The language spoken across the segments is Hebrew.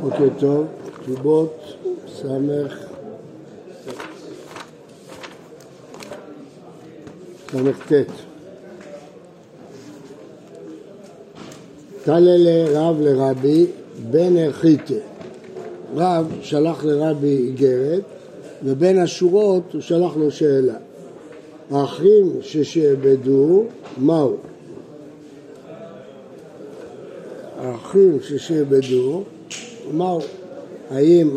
בוקר טוב, תשובות סמך ט'. תלה רב לרבי בן הרחיתה. רב שלח לרבי איגרת ובין השורות הוא שלח לו שאלה. האחים ששעבדו מהו? האחים ששעבדו מהו? האם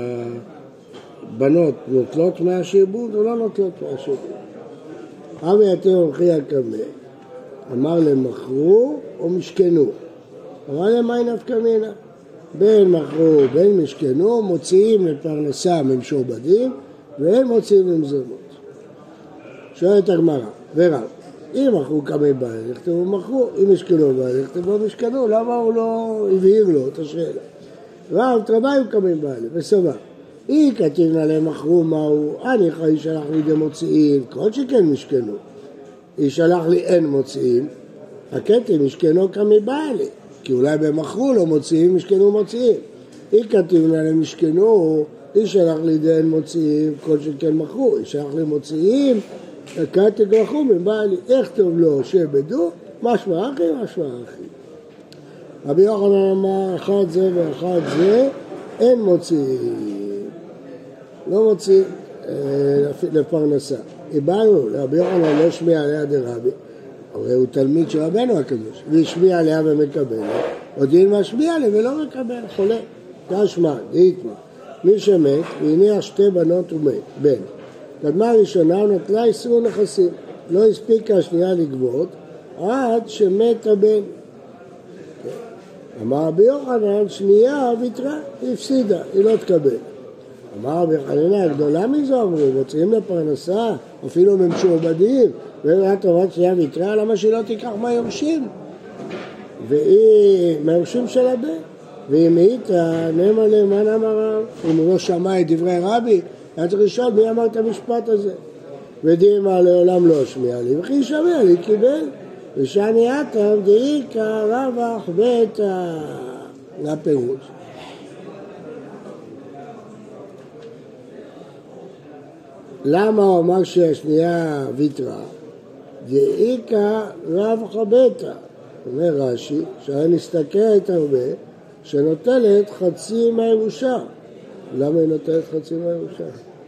בנות נוטלות מהשעבוד או לא נוטלות מהשעבוד? אבי יתר הולכי הקמה, אמר להם מכרו או משכנו? אמר להם מהי נפקא מינה? בין מכרו בין משכנו מוציאים לפרנסה ממשועבדים והם מוציאים למזונות. שואלת הגמרא, ורב, אם מכרו קמי בעל, יכתבו מכרו, אם משכנו בעל, יכתבו משכנו, למה הוא לא הבהיר לו את השאלה? רב, תרביו קמי בעל, וסבא. אי כתיבנה להם מכרו מהו, אני חי שלח לי דמוציאים, כל שכן משכנו. היא שלח לי אין מוציאים, הכתב משכנו קמי בעל, כי אולי במכרו לא מוציאים, משכנו מוציאים. אי כתיבנה להם משכנו, היא שלח לי דאין מוציאים, כל שכן מכרו, היא שלח לי מוציאים, הכתב מכרו מבעלי, איך טוב לו שעבדו, משמע אחי, משמע אחי. רבי יוחנן אמר, אחד זה ואחד זה, אין מוציאים. לא מוציא לפרנסה. הבנו, רבי יוחנן לא שמיע עליה דרבי, הרי הוא תלמיד של רבנו הקדוש, והשמיע עליה ומקבל, עוד אין משמיע עליה ולא מקבל, חולה. תשמע, דהיתמה, מי שמת, והניח שתי בנות ובן. קדמה ראשונה הוא נטלה איסור נכסים, לא הספיקה השנייה לגבות, עד שמת הבן. אמר רבי יוחנן, שנייה ויתרה, היא הפסידה, היא לא תקבל. אמר רבי חנינא, הגדולה מזו אמרו, מוצאים לפרנסה, אפילו ממשועבדים, ואומרת טובת שנייה ויתרה, למה שהיא לא תיקח מהיורשים? והיא מהיורשים של הבן, והיא מאיתה, נאמר למען אמר, אם הוא לא שמע את דברי רבי, היה צריך לשאול מי אמר את המשפט הזה. ודימה לעולם לא השמיע לי, וכי שמע לי קיבל, ושאני אתם דאיקה רווח בית הפירוש. למה הוא אמר שהשנייה ויתרה? דאיקה רווח ביתה. אומר רש"י, שהיה נסתכלת הרבה, שנוטלת חצי מהירושה. למה היא נוטלת חצי מהירושה?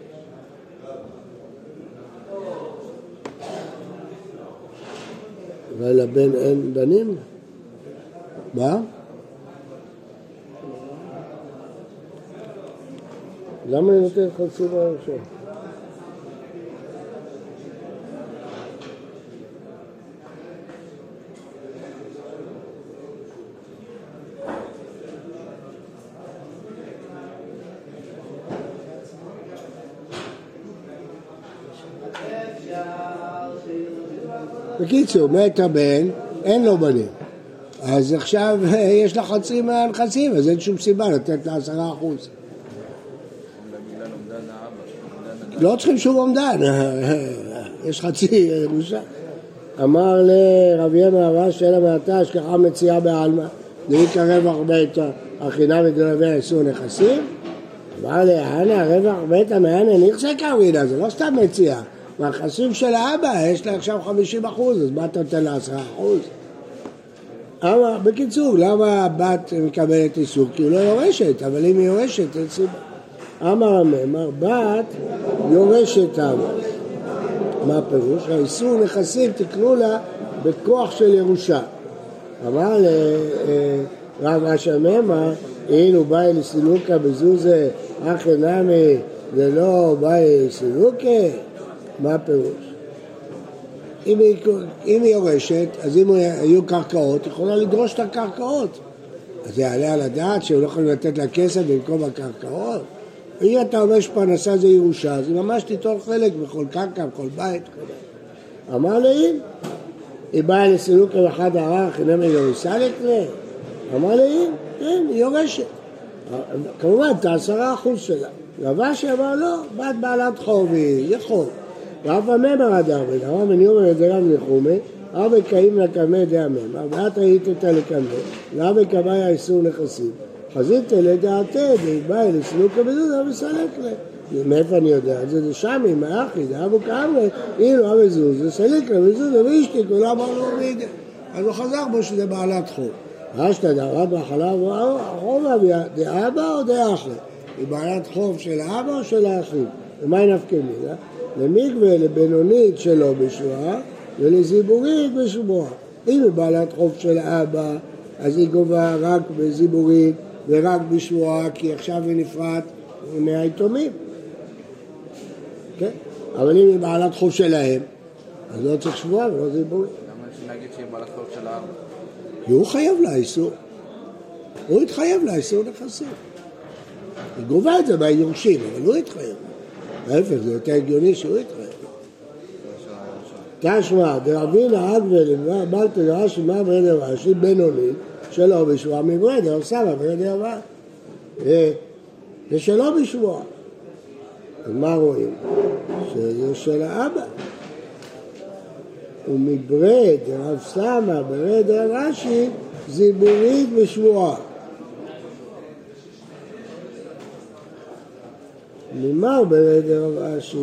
ולבן אין בנים? מה? למה היא נוטלת חצי מהירושה? בקיצור, מת הבן, אין לו בנים. אז עכשיו יש לה חצי מהנכסים, אז אין שום סיבה לתת לה 10%. לא צריכים שום אומדן, יש חצי ירושה. אמר לרבי מהרש, שאלה מעתה, השכחה מציאה בעלמא, דאיקה רווח ביתה, החינם ודלווה איסור נכסים. אמר להנה, רווח ביתה מהנה, נכסה קרבינה, זה לא סתם מציאה. מהנכסים של האבא, יש לה עכשיו 50%, אז מה אתה נותן לה 10%? בקיצור, למה הבת מקבלת איסור? כי היא לא יורשת, אבל אם היא יורשת, אין סיבה. אמר בת יורשת אבא. מה הפירוש? האיסור נכסים תקנו לה בכוח של ירושה. אמר לרב אשממה, אילו באי לסילוקה בזוזה, אחי נמי, זה לא באי לסילוקה? מה הפירוש? אם היא יורשת, אז אם היו קרקעות, היא יכולה לדרוש את הקרקעות. אז זה יעלה על הדעת שהם לא יכולים לתת לה כסף במקום הקרקעות. ואם אתה אומר שפרנסה זה ירושה, אז היא ממש תיטול חלק בכל קרקע, בכל בית. אמר לי, היא באה לסילוקה ואחד הערך, אינם היא יורשה לקנה? אמר לי, כן, היא יורשת. כמובן, את 10% שלה. רבשי אמר לא, בת בעלת חובי, יכול. ואף הממר הדר בן, אמר מניום ודרם נחומי, ארבע קאים לקמא דה הממר, ואת היית את הלקמא, וארבע קמאי האיסור נכסים, חזית לדעתי, דבאי לסלוקה בזוזה וסלק לה. מאיפה אני יודע? זה שמי, מאחי, זה אבו כאמרי, אילו אבו זוזה, סלק לה בזוזה ואשתי, כולה אמר לו מידה. אז הוא חזר בו שזה בעלת חוב. רשת דערת בחלב, חוב דאבא או דאחי? היא בעלת חוב של האבא או של האחים? ומה היא נפקא מינה? למקווה לבינונית שלו בשבועה ולזיבורית בשבועה. אם היא בעלת חוב של האבא, אז היא גובה רק בזיבורית ורק בשבועה, כי עכשיו היא נפרט מהיתומים. כן? אבל אם היא בעלת חוב שלהם, אז לא צריך שבועה ולא זיבורית. למה נגיד שהיא בעלת חוב של האבא? כי הוא חייב לה איסור. הוא התחייב לה איסור נכסים. היא גובה את זה ביורשים, אבל הוא התחייב. ההפך, זה יותר הגיוני שהוא התחייב. תשמע, דרבי נהג ולבא, בל תדרה שמה ברדר רש"י בינונית, שלא בשבועה מברדר, סבא ברדר רבא. ושלא בשבועה. אז מה רואים? שזה של האבא. ומברד רב סמא ברדר רש"י זיבורית בשבועה. נאמר ברדר רב אשי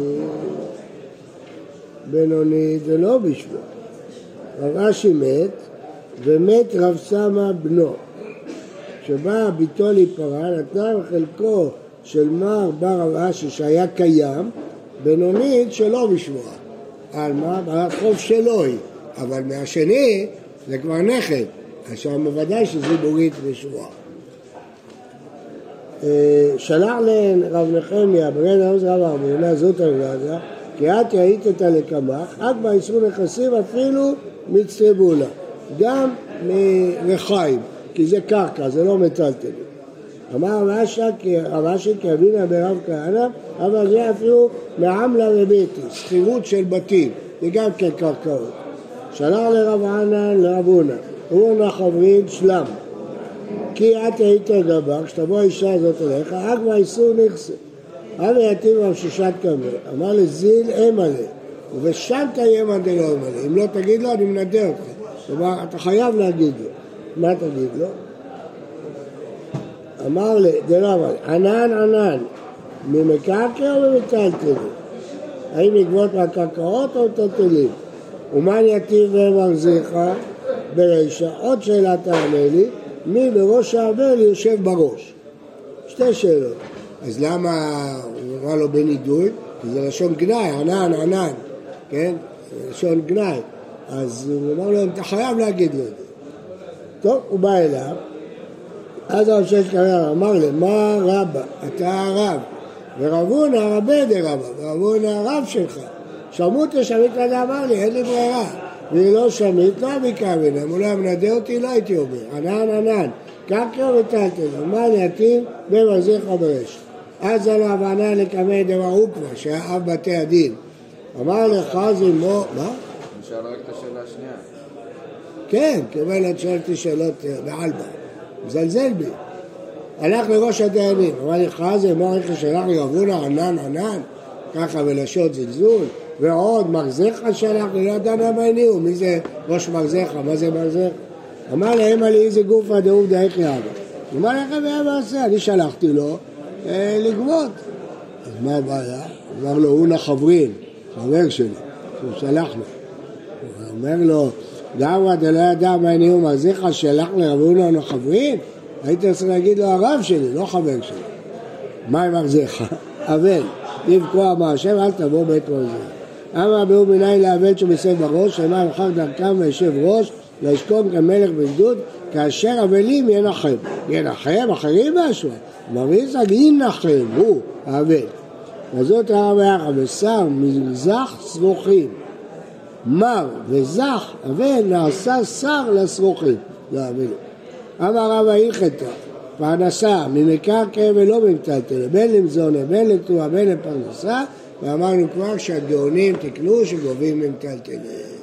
בינונית ולא בשבועה. רב אשי מת ומת רב סמא בנו. כשבא ביתו להיפרע נתנה חלקו של מר בר רב אשי שהיה קיים בינונית שלא בשבועה. על מה? בעלת חוב שלו היא, אבל מהשני זה כבר נכד, עכשיו בוודאי שזיבורית בשבועה. שלח להן רב נחמיה ברד עוז רב ארמונה זאת הרגזה כי את ראית לקמח רק באיסור נכסים אפילו מצטרבולה גם מרחיים כי זה קרקע, זה לא מטלטלים. אמר רב אשי כי אבינה ברב כהנא אבל זה אפילו מעמלה וביתי שכירות של בתים זה גם כן קרקעות. שלח לרב ענן לרב הונא הוא נחברין שלם כי את היית גבה, כשתבוא האישה הזאת אליך, רק באיסור נכסה. אבי יתים רב ששת כמר, אמר לזיל אמא לי, ובשם תהיה מה דלא אמא לי. אם לא תגיד לו, אני מנדר אותך. כלומר, אתה חייב להגיד לו. מה תגיד לו? אמר לי, דלא אמא לי, ענן, ממקרקע או ממטלטלים? האם לגבות מהקרקעות או מטלטלים? ומה יתים ומחזיך ברישה? עוד שאלה תענה לי, מי בראש האבל יושב בראש? שתי שאלות. אז למה הוא אמר לו בנידוי? כי זה לשון גנאי, ענן, כן? לשון גנאי. אז הוא אמר לו, אתה חייב להגיד לו את זה. טוב, הוא בא אליו. אז הרב שש קרא, אמר לי, מה רבא? אתה הרב. ורב הונא רבי דרבא, ורב הונא הרב שלך. שמות שמית לזה אמר לי, אין לי ברירה. והיא לא שמית, לא ביקרבין, אם הוא לא מנדה אותי, לא הייתי אומר. ענן, קרקע וטלטל, ומה נעתים במחזיך ברש. אז עליו ענן לקמא דבר עוקבא, שהיה אב בתי הדין. אמר לך זה מו, מה? נשאר רק את השאלה השנייה. כן, כמובן את שאלתי שאלות בעלבא. מזלזל בי. הלך לראש הדיינים, אמר לך זה מו רכש שלח לי רב הונא ענן, ככה בלשות זלזול. ועוד מרזך שלח לי, לא ידענו מה הניעו, מי זה ראש מרזך, מה זה מרזך? אמר להם על איזה גוף הדאוב דאיך לאבא. אמר לכם ואבא עשה, אני שלחתי לו לגבות. אז מה הבעיה? אמר לו, הוא נחברין, חבר שלי, שהוא שלח לו. הוא אומר לו, גאווה דלא ידע מה הניעו מרזך שלח לרב הונא נחברין? הייתי רוצה להגיד לו הרב שלי, לא חבר שלי. מה עם מרזך? אבל, לבקוע מהשם, אל תבוא בית מרזך. אמר באו מנין לאבל שמסב בראש, אמר אחר דרכם וישב ראש, וישכון כמלך בגדוד, כאשר אבלים ינחם. ינחם, אחרים משהו. מריזק ינחם, הוא האבל. וזאת הרב יחד, ושר מזח שרוחים. מר וזח, אבל נעשה שר לשרוחים. לא אבלים. אמר רב ההלכתה, פרנסה ממקרקע ולא ממטלטל, בין למזונה, בין לכתובה, בין לפרנסה, ואמרנו כבר שהגאונים תקנו שגובים ממטלטלים.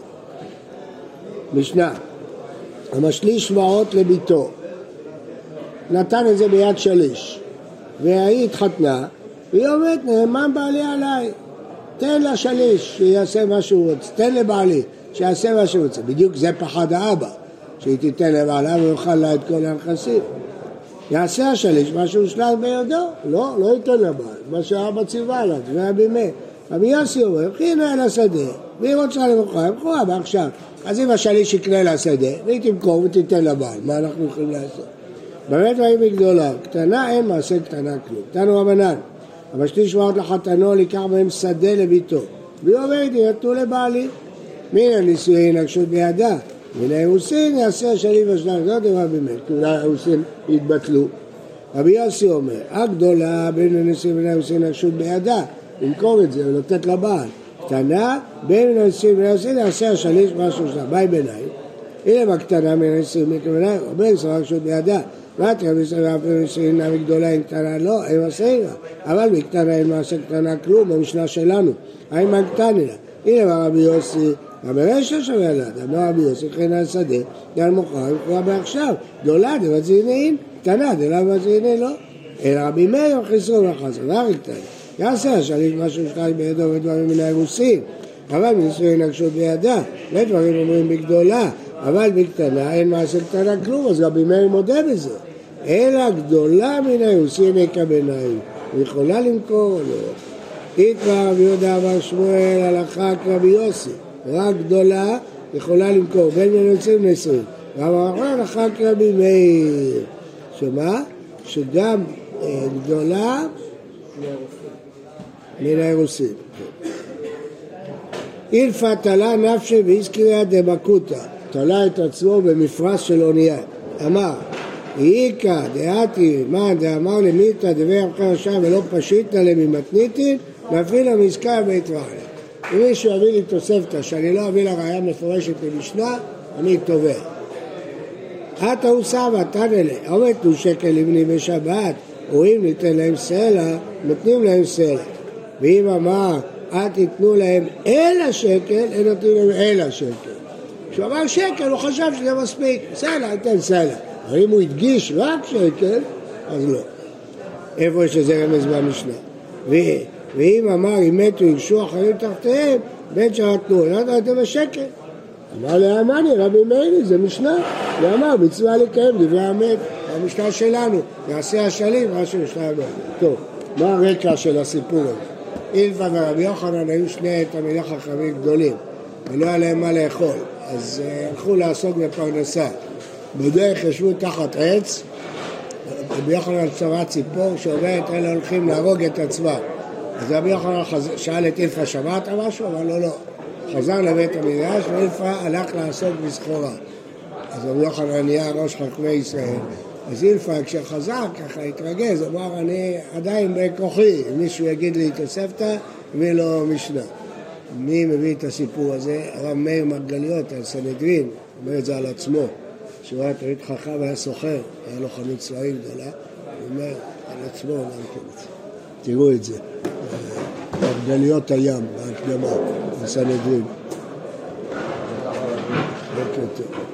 משנה, המשליש שבועות לביתו, נתן את זה ביד שליש, והיא התחתנה, והיא אומרת, נאמן בעלי עליי, תן לה שליש שיעשה מה שהוא רוצה, תן לבעלי שיעשה מה שהוא רוצה, בדיוק זה פחד האבא, שהיא תיתן לבעלה ויוכל לה את כל הנכסים. יעשה השליש מה שהושלם בידו, לא ייתן לבעל, מה שהאבא ציווה עליו, זה היה בימי. רבי יוסי אומר, הנה אל השדה, והיא רוצה למכור, מכורה בעכשיו. אז אם השליש יקנה לשדה, והיא תמכור ותיתן לבעל, מה אנחנו יכולים לעשות? באמת דברים בגדולה, קטנה אין מעשה קטנה כלום. תנו רבנן, המשלים שבועות לחתנו לקח מהם שדה לביתו, והיא אומרת, נתנו לבעלי. מן הנישואין הקשות בידה, מן האירוסין יעשה השליש והשלם, זה דבר באמת, כי אולי האירוסין יתבטלו. רבי יוסי אומר, הגדולה בין הנישואין ובין האירוסין הקשות בידה, למכור את זה ולתת לבעל. קטנה בין הנישואין ובין האירוסין יעשה השליש משהו שם, ביי ביניים. הנה בקטנה מן הנישואין מכוונה, הרבה ישראל הקשות בידה. ואתה רבי ישראל ואף הנישואין נמי גדולה עם קטנה לא, אין מעשה לה. אבל בקטנה אין מעשה קטנה כלום, במשנה שלנו. אין מה קטנה לה. הנה רבי יוסי, המרשע שווה לדעת, אמר רבי יוסי, חיינה השדה, דל מוכר, וקורה בעכשיו, גדולה דבת זינאין, קטנה דלת זינאין לא. אלא רבי מאיר חיסרו וחסר, וארי קטנה. יעשה השליש משהו שתיים בידו ודברים מן האירוסין, אבל מנישואין הקשות בידה, ודברים אומרים בגדולה, אבל בקטנה אין מעשה קטנה כלום, אז רבי מאיר מודה בזה. אלא גדולה מן האירוסין יקבנאים, הוא יכולה למכור או לא. איתמר רבי יהודה אמר שמואל הלכה כרבי יוסי, רק גדולה יכולה למכור, בין מנוצים נשואים. ואמר הלכה כרבי מאיר. שמה? שגם גדולה מן האירוסין. אילפא תלה נפשי ואיסקריה דמקותא, תלה את עצמו במפרש של אונייה. אמר, איקא דעתי מה דאמר למיתא דבר אחר שם ולא פשיטא לממתניתין, נפעיל המזכר ויתבע עליה. אם מישהו יביא לי תוספתא שאני לא אביא לה ראיה מפורשת למשנה, אני תובע. אתה הוא סבא, תנלה, עומד תנו שקל לבני בשבת, או אם ניתן להם סלע, נותנים להם סלע. ואם אמר, אל תיתנו להם אלא שקל, הם נותנים להם אלא שקל. כשהוא אמר שקל, הוא חשב שזה מספיק, סלע, ניתן סלע. אבל אם הוא הדגיש רק שקל, אז לא. איפה יש איזה רמז במשנה? ואם אמר, אם מתו ירשו אחרים תחתיהם, בין שרתנו, לא נתתם בשקל. אמר לאמני, רבי מאירי, זה משנה. ואמר, מצווה לקיים דברי המת, המשנה שלנו, יעשה השליש, משהו משנה הבא. טוב, מה הרקע של הסיפור הזה? אילפא ורבי יוחנן היו שני תלמידי חכמים גדולים, ולא היה להם מה לאכול, אז הלכו לעסוק בפרנסה. בדרך ישבו תחת עץ, רבי יוחנן צבע ציפור שאומרת, אלה הולכים להרוג את עצמם. אז רבי יוחנן שאל את אילפא, שמעת משהו? אבל לא. חזר לבית המדרש, ואילפא הלך לעסוק בסחורה. אז רבי יוחנן נהיה ראש חכמי ישראל. אז אילפא כשחזר ככה התרגז, אמר, אני עדיין בכוחי, אם מישהו יגיד לי תוספתא, מביא לו משנה. מי מביא את הסיפור הזה? הרב מאיר מרגליות, על סנהדרין, אומר את זה על עצמו, שהוא היה תמיד חכם והיה סוחר, היה לו חנות צבעים גדולה, הוא אומר על עצמו, תראו את זה, מרגליות הים, בהקדמה, על סנהדרין. בוקר טוב.